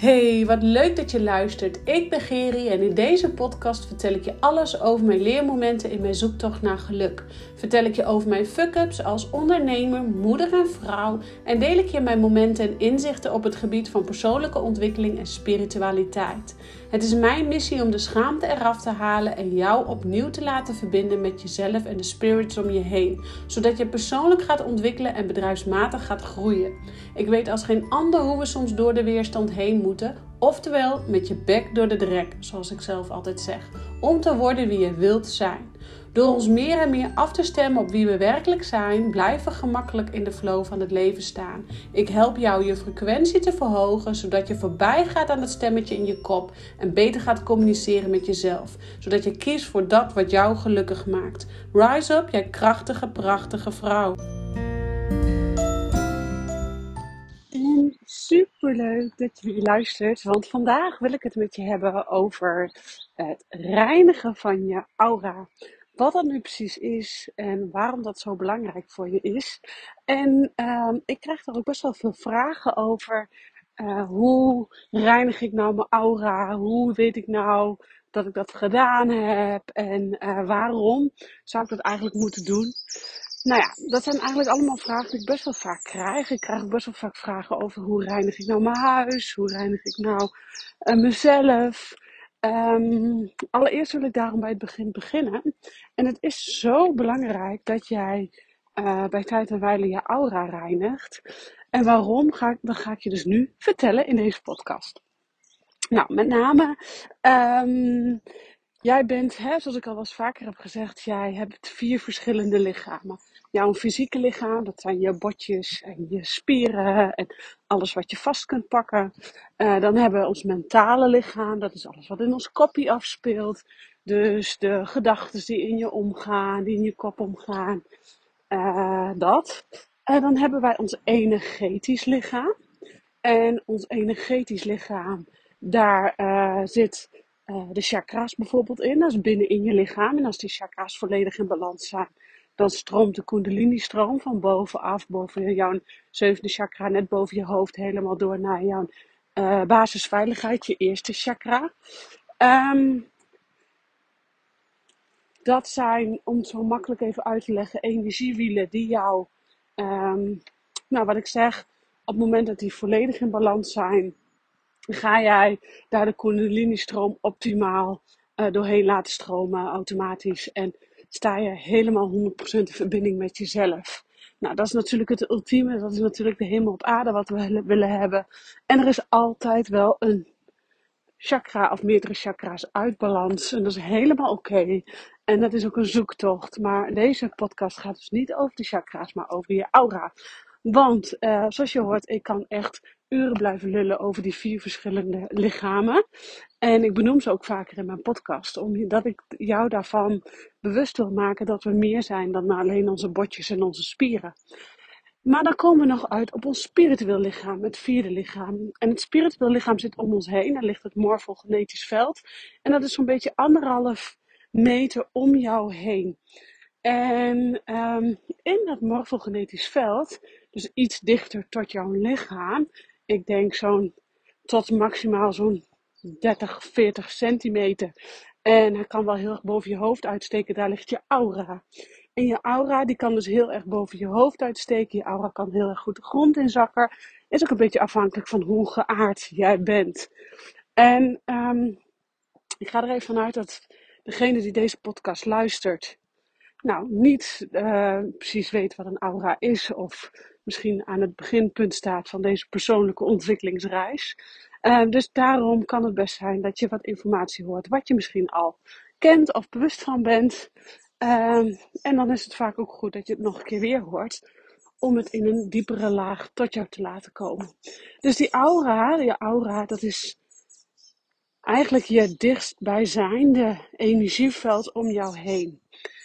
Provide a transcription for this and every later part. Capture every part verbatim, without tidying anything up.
Hey, wat leuk dat je luistert. Ik ben Geri en in deze podcast vertel ik je alles over mijn leermomenten in mijn zoektocht naar geluk. Vertel ik je over mijn fuck-ups als ondernemer, moeder en vrouw en deel ik je mijn momenten en inzichten op het gebied van persoonlijke ontwikkeling en spiritualiteit. Het is mijn missie om de schaamte eraf te halen en jou opnieuw te laten verbinden met jezelf en de spirits om je heen, zodat je persoonlijk gaat ontwikkelen en bedrijfsmatig gaat groeien. Ik weet als geen ander hoe we soms door de weerstand heen moeten, oftewel met je bek door de drek, zoals ik zelf altijd zeg, om te worden wie je wilt zijn. Door ons meer en meer af te stemmen op wie we werkelijk zijn, blijven we gemakkelijk in de flow van het leven staan. Ik help jou je frequentie te verhogen, zodat je voorbij gaat aan het stemmetje in je kop en beter gaat communiceren met jezelf, zodat je kiest voor dat wat jou gelukkig maakt. Rise up, jij krachtige, prachtige vrouw. En superleuk dat je weer luistert, want vandaag wil ik het met je hebben over het reinigen van je aura. Wat dat nu precies is en waarom dat zo belangrijk voor je is. En uh, ik krijg daar ook best wel veel vragen over. Uh, hoe reinig ik nou mijn aura? Hoe weet ik nou dat ik dat gedaan heb? En uh, waarom zou ik dat eigenlijk moeten doen? Nou ja, dat zijn eigenlijk allemaal vragen die ik best wel vaak krijg. Ik krijg ook best wel vaak vragen over hoe reinig ik nou mijn huis? Hoe reinig ik nou uh, mezelf? Um, allereerst wil ik daarom bij het begin beginnen. En het is zo belangrijk dat jij uh, bij tijd en wijle je aura reinigt. En waarom, ga ik, dat ga ik je dus nu vertellen in deze podcast. Nou, met name, um, jij bent, hè, zoals ik al wel eens vaker heb gezegd, jij hebt vier verschillende lichamen. Jouw fysieke lichaam, dat zijn je botjes en je spieren en alles wat je vast kunt pakken. Uh, dan hebben we ons mentale lichaam, dat is alles wat in ons kopje afspeelt. Dus de gedachten die in je omgaan, die in je kop omgaan, uh, dat. En dan hebben wij ons energetisch lichaam. En ons energetisch lichaam, daar uh, zit uh, de chakra's bijvoorbeeld in. Dat is binnen in je lichaam. En als die chakra's volledig in balans zijn, dan stroomt de kundalini-stroom van bovenaf, boven jouw zevende chakra, net boven je hoofd, helemaal door naar jouw uh, basisveiligheid, je eerste chakra. Um, dat zijn, om het zo makkelijk even uit te leggen, energiewielen die jou, um, nou wat ik zeg, op het moment dat die volledig in balans zijn, ga jij daar de kundalini-stroom optimaal uh, doorheen laten stromen automatisch. En sta je helemaal honderd procent in verbinding met jezelf. Nou, dat is natuurlijk het ultieme. Dat is natuurlijk de hemel op aarde wat we willen hebben. En er is altijd wel een chakra of meerdere chakra's uit balans. En dat is helemaal oké. Okay. En dat is ook een zoektocht. Maar deze podcast gaat dus niet over de chakra's, maar over je aura. Want, uh, zoals je hoort, ik kan echt uren blijven lullen over die vier verschillende lichamen. En ik benoem ze ook vaker in mijn podcast. Omdat ik jou daarvan bewust wil maken dat we meer zijn dan alleen onze botjes en onze spieren. Maar dan komen we nog uit op ons spiritueel lichaam, het vierde lichaam. En het spiritueel lichaam zit om ons heen. Daar ligt het morfogenetisch veld. En dat is zo'n beetje anderhalf meter om jou heen. En um, in dat morfogenetisch veld, dus iets dichter tot jouw lichaam, ik denk zo'n tot maximaal zo'n dertig, veertig centimeter. En hij kan wel heel erg boven je hoofd uitsteken, daar ligt je aura. En je aura, die kan dus heel erg boven je hoofd uitsteken. Je aura kan heel erg goed de grond inzakken. Is ook een beetje afhankelijk van hoe geaard jij bent. En um, ik ga er even vanuit dat degene die deze podcast luistert, nou, niet uh, precies weet wat een aura is, of misschien aan het beginpunt staat van deze persoonlijke ontwikkelingsreis. Uh, dus daarom kan het best zijn dat je wat informatie hoort wat je misschien al kent of bewust van bent. Uh, en dan is het vaak ook goed dat je het nog een keer weer hoort, om het in een diepere laag tot jou te laten komen. Dus die aura, je aura, dat is eigenlijk je dichtstbijzijnde energieveld om jou heen.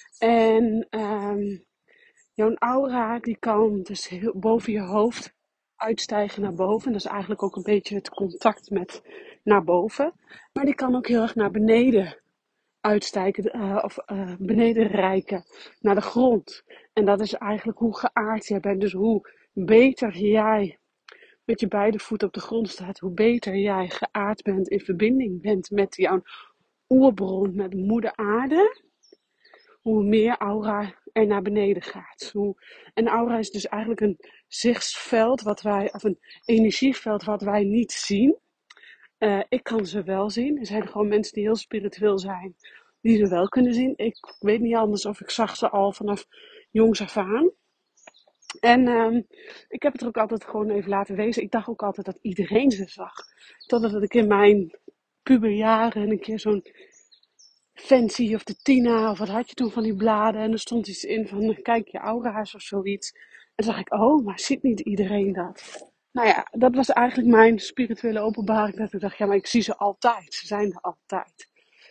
En um, jouw aura die kan dus heel boven je hoofd uitstijgen naar boven. Dat is eigenlijk ook een beetje het contact met naar boven. Maar die kan ook heel erg naar beneden uitstijgen uh, of uh, beneden reiken naar de grond. En dat is eigenlijk hoe geaard jij bent. Dus hoe beter jij met je beide voeten op de grond staat, hoe beter jij geaard bent, in verbinding bent met jouw oerbron, met moeder aarde, hoe meer aura er naar beneden gaat. Hoe, en aura is dus eigenlijk een zichtsveld, wat wij, of een energieveld wat wij niet zien. Uh, ik kan ze wel zien. Er zijn gewoon mensen die heel spiritueel zijn, die ze wel kunnen zien. Ik weet niet anders of ik zag ze al vanaf jongs af aan. En um, ik heb het er ook altijd gewoon even laten wezen. Ik dacht ook altijd dat iedereen ze zag. Totdat ik in mijn puberjaren een keer zo'n Fancy of de Tina, of wat had je toen van die bladen. En er stond iets in van, kijk je aura's of zoiets. En toen dacht ik, oh, maar ziet niet iedereen dat? Nou ja, dat was eigenlijk mijn spirituele openbaring. Dat ik dacht, ja, maar ik zie ze altijd. Ze zijn er altijd.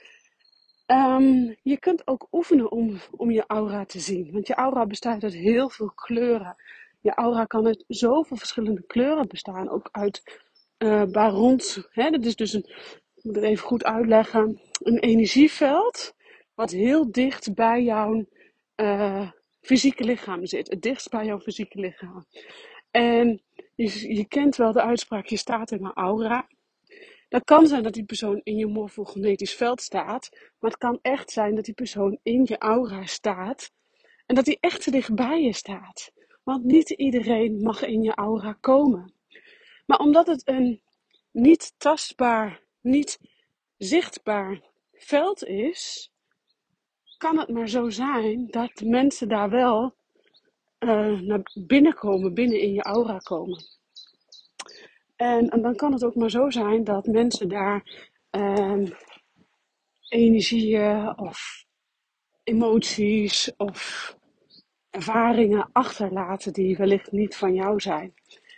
Um, je kunt ook oefenen om, om je aura te zien. Want je aura bestaat uit heel veel kleuren. Je aura kan uit zoveel verschillende kleuren bestaan. Ook uit uh, barons. Hè? Dat is dus een, ik moet het even goed uitleggen. Een energieveld wat heel dicht bij jouw uh, fysieke lichaam zit. Het dichtst bij jouw fysieke lichaam. En je, je kent wel de uitspraak, je staat in een aura. Dat kan zijn dat die persoon in je morfogenetisch veld staat. Maar het kan echt zijn dat die persoon in je aura staat. En dat die echt te dichtbij je staat. Want niet iedereen mag in je aura komen. Maar omdat het een niet tastbaar, niet zichtbaar veld is, kan het maar zo zijn dat de mensen daar wel uh, naar binnen komen, binnen in je aura komen. En, en dan kan het ook maar zo zijn dat mensen daar um, energieën of emoties of ervaringen achterlaten die wellicht niet van jou zijn.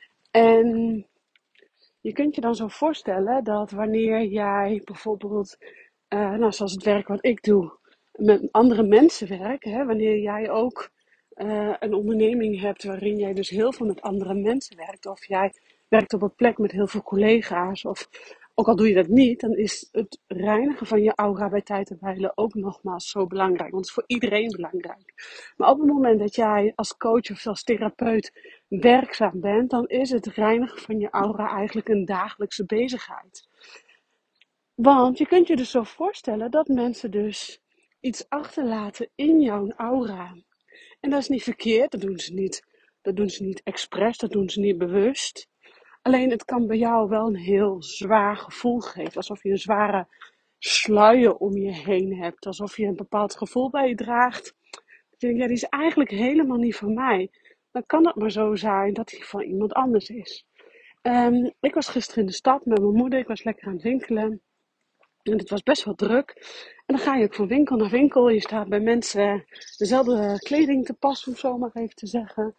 En je kunt je dan zo voorstellen dat wanneer jij bijvoorbeeld, uh, nou, zoals het werk wat ik doe, met andere mensen werkt, hè, wanneer jij ook uh, een onderneming hebt waarin jij dus heel veel met andere mensen werkt, of jij werkt op een plek met heel veel collega's, of ook al doe je dat niet, dan is het reinigen van je aura bij tijd en wijle ook nogmaals zo belangrijk. Want het is voor iedereen belangrijk. Maar op het moment dat jij als coach of als therapeut werkzaam bent, dan is het reinigen van je aura eigenlijk een dagelijkse bezigheid. Want je kunt je dus zo voorstellen dat mensen dus iets achterlaten in jouw aura. En dat is niet verkeerd, dat doen ze niet, dat doen ze niet expres, dat doen ze niet bewust. Alleen het kan bij jou wel een heel zwaar gevoel geven. Alsof je een zware sluier om je heen hebt. Alsof je een bepaald gevoel bij je draagt. Dat je denkt, ja, die is eigenlijk helemaal niet van mij. Dan kan het maar zo zijn dat die van iemand anders is. Um, ik was gisteren in de stad met mijn moeder. Ik was lekker aan het winkelen. En het was best wel druk. En dan ga je ook van winkel naar winkel. Je staat bij mensen dezelfde kleding te passen, om zo maar even te zeggen.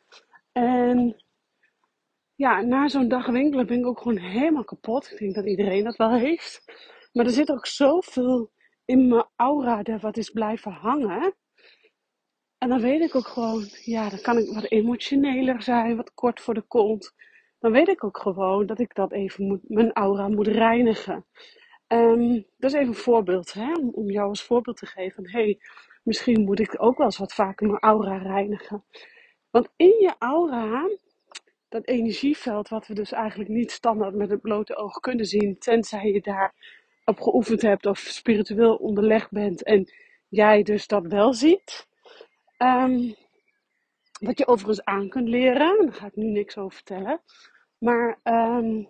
En ja, na zo'n dag winkelen ben ik ook gewoon helemaal kapot. Ik denk dat iedereen dat wel heeft. Maar er zit ook zoveel in mijn aura dat wat is blijven hangen. En dan weet ik ook gewoon, ja, dan kan ik wat emotioneler zijn, wat kort voor de kont. Dan weet ik ook gewoon dat ik dat even moet, mijn aura moet reinigen. Um, dat is even een voorbeeld, hè, om, om jou als voorbeeld te geven. Hé, hey, misschien moet ik ook wel eens wat vaker mijn aura reinigen. Want in je aura, dat energieveld wat we dus eigenlijk niet standaard met het blote oog kunnen zien, tenzij je daar op geoefend hebt of spiritueel onderlegd bent en jij dus dat wel ziet. Um, wat je overigens aan kunt leren, daar ga ik nu niks over vertellen. Maar um,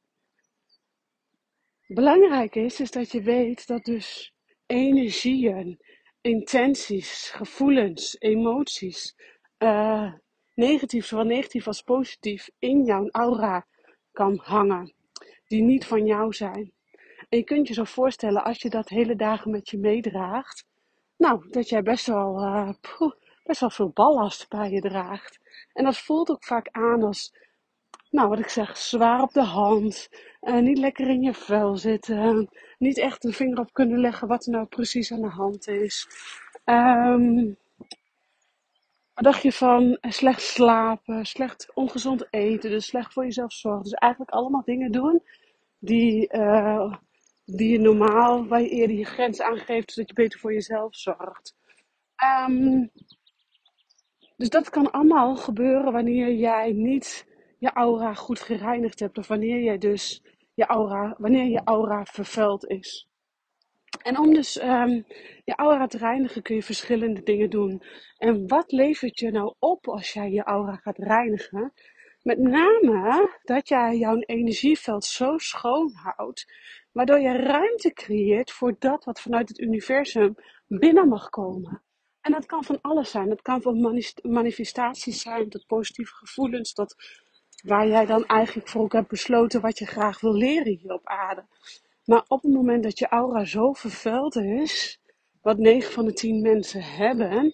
belangrijk is, is dat je weet dat dus energieën, intenties, gevoelens, emoties, uh, negatief, zowel negatief als positief, in jouw aura kan hangen, die niet van jou zijn. En je kunt je zo voorstellen, als je dat hele dagen met je meedraagt, nou, dat jij best wel, uh, poeh, best wel veel ballast bij je draagt. En dat voelt ook vaak aan als, nou, wat ik zeg, zwaar op de hand, uh, niet lekker in je vel zitten, niet echt een vinger op kunnen leggen wat er nou precies aan de hand is. Um, wat dacht je van slecht slapen, slecht ongezond eten, dus slecht voor jezelf zorgen. Dus eigenlijk allemaal dingen doen die, uh, die je normaal, waar je eerder je grens aangeeft, zodat je beter voor jezelf zorgt. Um, dus dat kan allemaal gebeuren wanneer jij niet je aura goed gereinigd hebt. Of wanneer je dus je aura, wanneer je aura vervuild is. En om dus um, je aura te reinigen kun je verschillende dingen doen. En wat levert je nou op als jij je aura gaat reinigen? Met name dat jij jouw energieveld zo schoon houdt, waardoor je ruimte creëert voor dat wat vanuit het universum binnen mag komen. En dat kan van alles zijn. Dat kan van manifestaties zijn, tot positieve gevoelens, tot waar jij dan eigenlijk voor ook hebt besloten wat je graag wil leren hier op aarde. Maar op het moment dat je aura zo vervuild is, wat negen van de tien mensen hebben,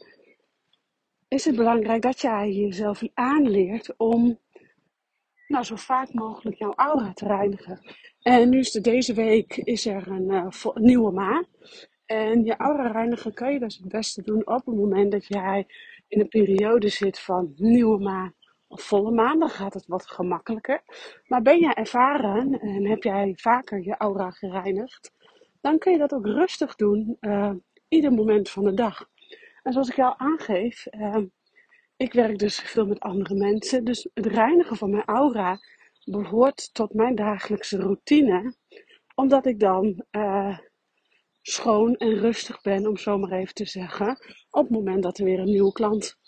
is het belangrijk dat jij jezelf aanleert om nou, zo vaak mogelijk jouw aura te reinigen. En nu is er deze week is er een uh, nieuwe maan. En je aura reinigen kun je dus het beste doen op het moment dat jij in een periode zit van nieuwe maan of volle maan. Dan gaat het wat gemakkelijker. Maar ben jij ervaren en heb jij vaker je aura gereinigd, dan kun je dat ook rustig doen, uh, ieder moment van de dag. En zoals ik jou aangeef, uh, ik werk dus veel met andere mensen. Dus het reinigen van mijn aura behoort tot mijn dagelijkse routine. Omdat ik dan uh, schoon en rustig ben, om zo maar even te zeggen. Op het moment dat er weer een nieuwe klant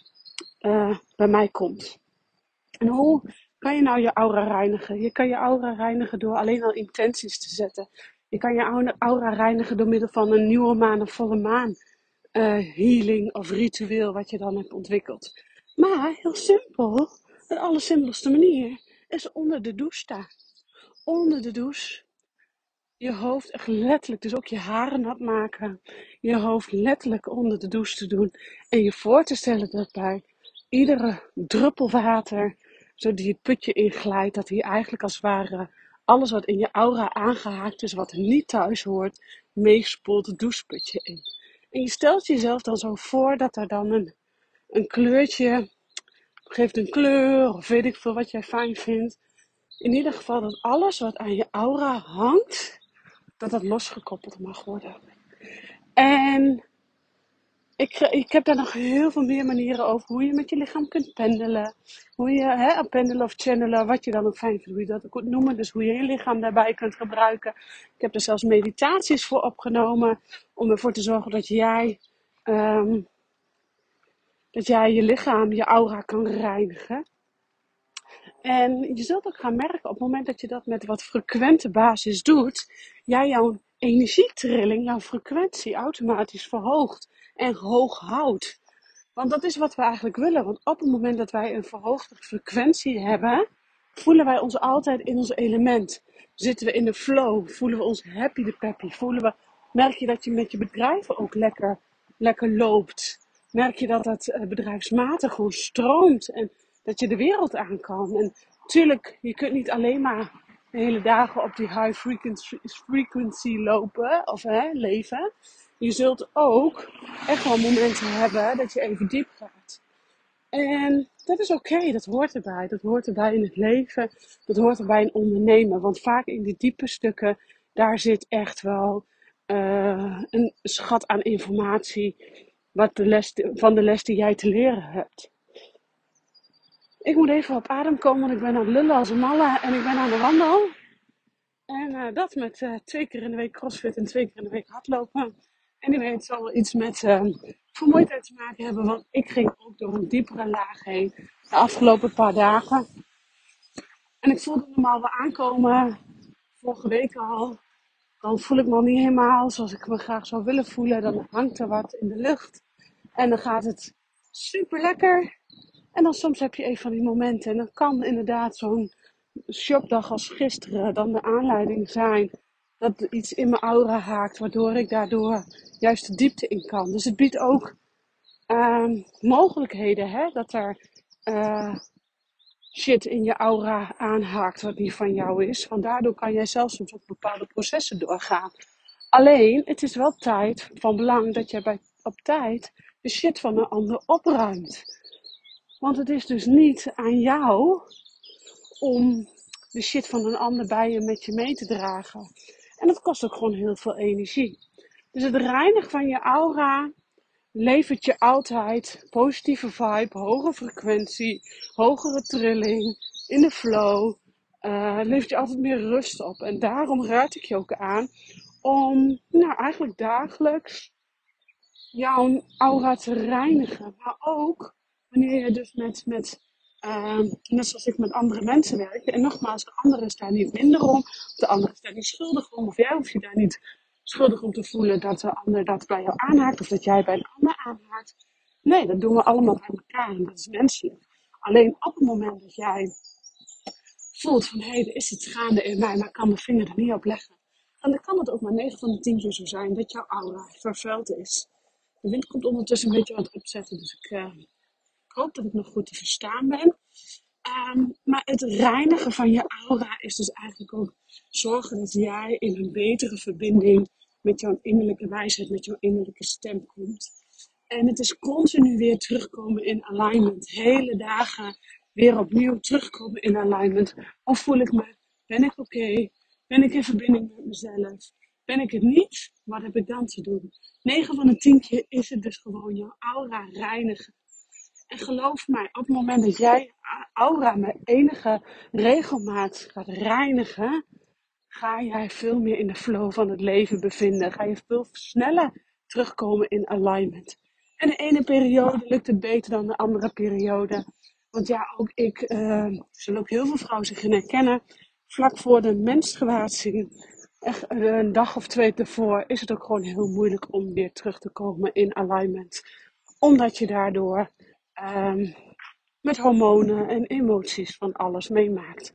uh, bij mij komt. En hoe kan je nou je aura reinigen? Je kan je aura reinigen door alleen al intenties te zetten. Je kan je aura reinigen door middel van een nieuwe maan of volle maan uh, healing of ritueel wat je dan hebt ontwikkeld. Maar heel simpel, de allersimpelste manier is onder de douche staan. Onder de douche je hoofd echt letterlijk, dus ook je haren nat maken. Je hoofd letterlijk onder de douche te doen. En je voor te stellen dat bij iedere druppel water, zo die het putje inglijdt, dat hij eigenlijk als het ware alles wat in je aura aangehaakt is, wat er niet thuis hoort, meespoelt het doucheputje in. En je stelt jezelf dan zo voor dat er dan een, een kleurtje, geeft een kleur of weet ik veel wat jij fijn vindt. In ieder geval dat alles wat aan je aura hangt, dat dat losgekoppeld mag worden. En ik, ik heb daar nog heel veel meer manieren over hoe je met je lichaam kunt pendelen. Hoe je, hè, pendelen of channelen, wat je dan ook fijn vindt, hoe je dat ook kunt noemen. Dus hoe je je lichaam daarbij kunt gebruiken. Ik heb er zelfs meditaties voor opgenomen om ervoor te zorgen dat jij, um, dat jij je lichaam, je aura kan reinigen. En je zult ook gaan merken op het moment dat je dat met wat frequente basis doet, jij jouw energietrilling, jouw frequentie automatisch verhoogt en hoog houdt. Want dat is wat we eigenlijk willen. Want op het moment dat wij een verhoogde frequentie hebben, voelen wij ons altijd in ons element. Zitten we in de flow, voelen we ons happy de peppy, voelen we, merk je dat je met je bedrijven ook lekker, lekker loopt. Merk je dat het bedrijfsmatig gewoon stroomt en dat je de wereld aan kan. En natuurlijk, je kunt niet alleen maar de hele dagen op die high frequency, frequency lopen of hè, leven. Je zult ook echt wel momenten hebben dat je even diep gaat. En dat is oké, okay, dat hoort erbij. Dat hoort erbij in het leven, dat hoort erbij in ondernemen. Want vaak in die diepe stukken, daar zit echt wel uh, een schat aan informatie wat de les, van de les die jij te leren hebt. Ik moet even op adem komen, want ik ben aan het lullen als een malle en ik ben aan de wandel. En uh, dat met uh, twee keer in de week crossfit en twee keer in de week hardlopen. En die weet zal wel iets met uh, vermoeidheid te maken hebben, want ik ging ook door een diepere laag heen de afgelopen paar dagen. En ik voelde me al wel aankomen, vorige week al. Dan voel ik me al niet helemaal zoals ik me graag zou willen voelen. Dan hangt er wat in de lucht. En dan gaat het super lekker. En dan soms heb je even van die momenten. En dan kan inderdaad zo'n shockdag als gisteren dan de aanleiding zijn dat er iets in mijn aura haakt, waardoor ik daardoor juist de diepte in kan. Dus het biedt ook uh, mogelijkheden, hè? Dat er uh, shit in je aura aanhaakt wat niet van jou is. Want daardoor kan jij zelfs soms ook bepaalde processen doorgaan. Alleen, het is wel tijd van belang dat jij bij, op tijd de shit van een ander opruimt. Want het is dus niet aan jou om de shit van een ander bij je met je mee te dragen. En dat kost ook gewoon heel veel energie. Dus het reinigen van je aura levert je altijd positieve vibe, hoge frequentie, hogere trilling, in de flow. Uh, levert je altijd meer rust op. En daarom raad ik je ook aan om nou, eigenlijk dagelijks jouw aura te reinigen. Maar ook wanneer je dus met, met uh, net zoals ik met andere mensen werk. En nogmaals, de andere is daar niet minder om. De andere is daar niet schuldig om. Of jij hoeft je daar niet schuldig om te voelen dat de ander dat bij jou aanhaakt. Of dat jij bij een ander aanhaakt. Nee, dat doen we allemaal bij elkaar. En dat is menselijk. Alleen op het moment dat jij voelt van, hé, hey, er is iets gaande in mij, maar ik kan mijn vinger er niet op leggen. En dan kan het ook maar negen van de tien keer zo zijn dat jouw aura vervuild is. De wind komt ondertussen een beetje aan het opzetten, dus ik, uh, ik hoop dat ik nog goed te verstaan ben. Um, maar het reinigen van je aura is dus eigenlijk ook zorgen dat jij in een betere verbinding met jouw innerlijke wijsheid, met jouw innerlijke stem komt. En het is continu weer terugkomen in alignment. Hele dagen weer opnieuw terugkomen in alignment. Hoe voel ik me? Ben ik oké? Okay? Ben ik in verbinding met mezelf? Ben ik het niet? Wat heb ik dan te doen? negen van de tien keer is het dus gewoon jouw aura reinigen. En geloof mij, op het moment dat jij aura met enige regelmaat gaat reinigen, ga jij veel meer in de flow van het leven bevinden. Ga je veel sneller terugkomen in alignment. En de ene periode lukt het beter dan de andere periode. Want ja, ook ik, uh, zullen ook heel veel vrouwen zich in herkennen. Vlak voor de menstruatie, echt een dag of twee ervoor, is het ook gewoon heel moeilijk om weer terug te komen in alignment. Omdat je daardoor um, met hormonen en emoties van alles meemaakt.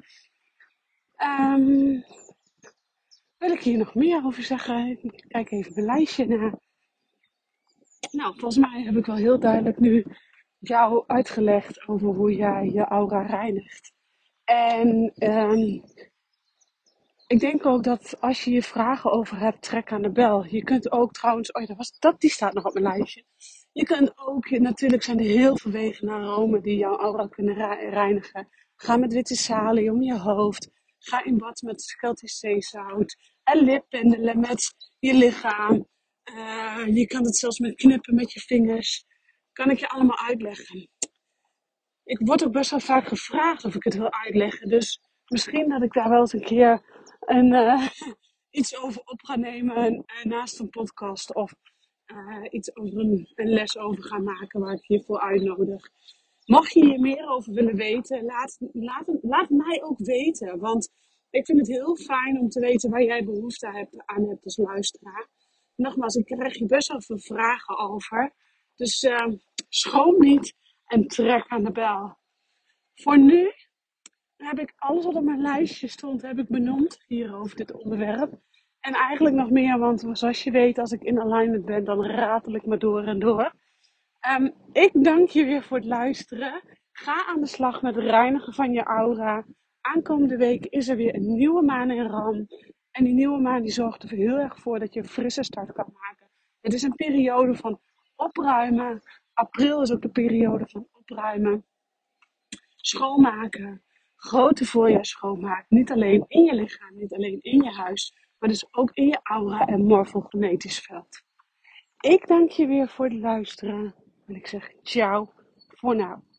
Um, wil ik hier nog meer over zeggen? Ik kijk even mijn lijstje naar. Nou, volgens mij heb ik wel heel duidelijk nu jou uitgelegd over hoe jij je aura reinigt. En um, ik denk ook dat als je hier vragen over hebt, trek aan de bel. Je kunt ook trouwens, oh ja, dat, was, dat die staat nog op mijn lijstje. Je kunt ook, natuurlijk zijn er heel veel wegen naar Rome die jouw aura kunnen reinigen. Ga met witte salie om je hoofd. Ga in bad met Scheltisch zeezout. En lippendelen met je lichaam. Uh, je kan het zelfs met knippen met je vingers. Kan ik je allemaal uitleggen. Ik word ook best wel vaak gevraagd of ik het wil uitleggen. Dus misschien dat ik daar wel eens een keer een, uh, iets over op ga nemen uh, naast een podcast. Of uh, iets over een, een les over ga maken waar ik je voor uitnodig. Mocht je hier meer over willen weten, laat, laat, laat mij ook weten. Want ik vind het heel fijn om te weten waar jij behoefte hebt, aan hebt als luisteraar. Nogmaals, ik krijg hier best wel veel vragen over. Dus uh, schroom niet en trek aan de bel. Voor nu heb ik alles wat op mijn lijstje stond, heb ik benoemd hier over dit onderwerp. En eigenlijk nog meer, want zoals je weet, als ik in alignment ben, dan ratel ik me door en door. Um, ik dank je weer voor het luisteren. Ga aan de slag met het reinigen van je aura. Aankomende week is er weer een nieuwe maan in Ram. En die nieuwe maan die zorgt er heel erg voor dat je een frisse start kan maken. Het is een periode van opruimen. April is ook de periode van opruimen. Schoonmaken. Grote voorjaar schoonmaken. Niet alleen in je lichaam, niet alleen in je huis. Maar dus ook in je aura en morfogenetisch veld. Ik dank je weer voor het luisteren. En ik zeg ciao voor nu.